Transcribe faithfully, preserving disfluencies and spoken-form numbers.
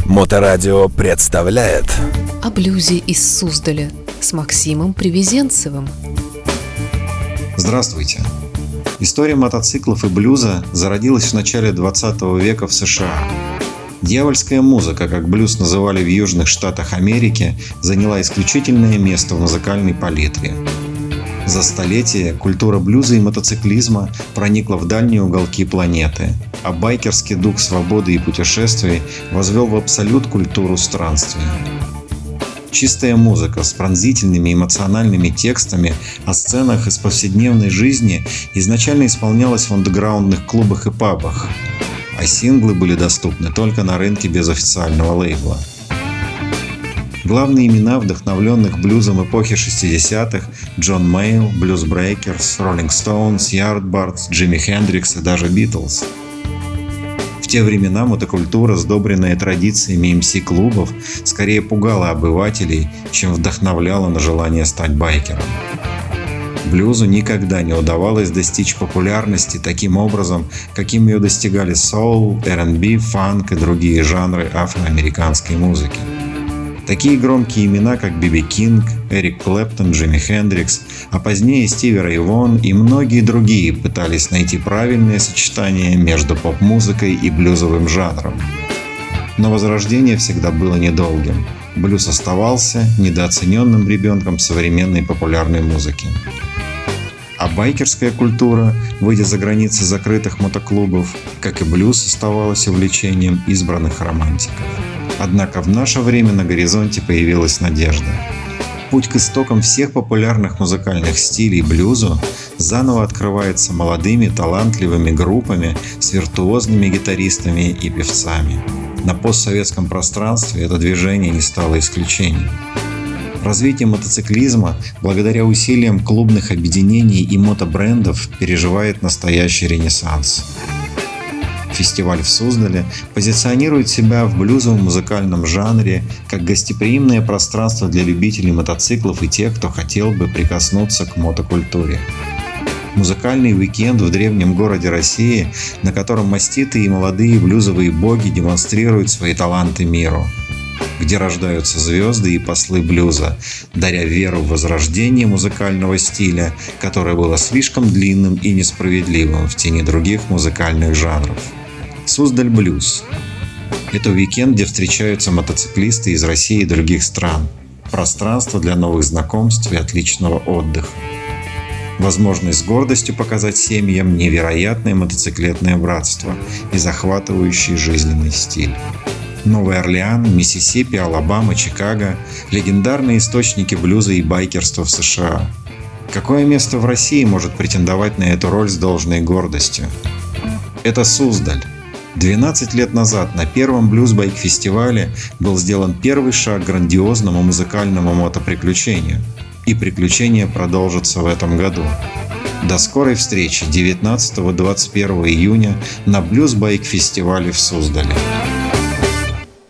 Моторадио представляет О блюзе из Суздаля с Максимом Привезенцевым. Здравствуйте! История мотоциклов и блюза зародилась в начале двадцатого века в США. Дьявольская музыка, как блюз называли в Южных Штатах Америки, заняла исключительное место в музыкальной палитре. За столетия культура блюза и мотоциклизма проникла в дальние уголки планеты, а байкерский дух свободы и путешествий возвел в абсолют культуру странствия. Чистая музыка с пронзительными эмоциональными текстами о сценах из повседневной жизни изначально исполнялась в андеграундных клубах и пабах, а синглы были доступны только на рынке без официального лейбла. Главные имена вдохновленных блюзом эпохи шестидесятых – Джон Мейл, Blues Breakers, Rolling Stones, Yardbirds, Джимми Хендрикс и даже Битлз. В те времена мотокультура, сдобренная традициями эм си-клубов, скорее пугала обывателей, чем вдохновляла на желание стать байкером. Блюзу никогда не удавалось достичь популярности таким образом, каким ее достигали соул, эр энд би, фанк и другие жанры афроамериканской музыки. Такие громкие имена, как Би Би Кинг, Эрик Клэптон, Джимми Хендрикс, а позднее Стиви Рэй Вон и многие другие пытались найти правильное сочетание между поп-музыкой и блюзовым жанром. Но возрождение всегда было недолгим. Блюз оставался недооцененным ребенком современной популярной музыки. А байкерская культура, выйдя за границы закрытых мотоклубов, как и блюз, оставалась увлечением избранных романтиков. Однако в наше время на горизонте появилась надежда. Путь к истокам всех популярных музыкальных стилей блюзу заново открывается молодыми талантливыми группами с виртуозными гитаристами и певцами. На постсоветском пространстве это движение не стало исключением. Развитие мотоциклизма, благодаря усилиям клубных объединений и мотобрендов, переживает настоящий ренессанс. Фестиваль в Суздале позиционирует себя в блюзовом музыкальном жанре как гостеприимное пространство для любителей мотоциклов и тех, кто хотел бы прикоснуться к мотокультуре. Музыкальный уикенд в древнем городе России, на котором маститые и молодые блюзовые боги демонстрируют свои таланты миру, где рождаются звезды и послы блюза, даря веру в возрождение музыкального стиля, которое было слишком длинным и несправедливым в тени других музыкальных жанров. Суздаль блюз. Это уикенд, где встречаются мотоциклисты из России и других стран. Пространство для новых знакомств и отличного отдыха. Возможность с гордостью показать семьям невероятное мотоциклетное братство и захватывающий жизненный стиль. Новый Орлеан, Миссисипи, Алабама, Чикаго – легендарные источники блюза и байкерства в США. Какое место в России может претендовать на эту роль с должной гордостью? Это Суздаль. двенадцать лет назад на первом блюз-байк-фестивале был сделан первый шаг к грандиозному музыкальному мотоприключению. И приключения продолжатся в этом году. До скорой встречи девятнадцатого-двадцать первого июня на блюз-байк-фестивале в Суздале.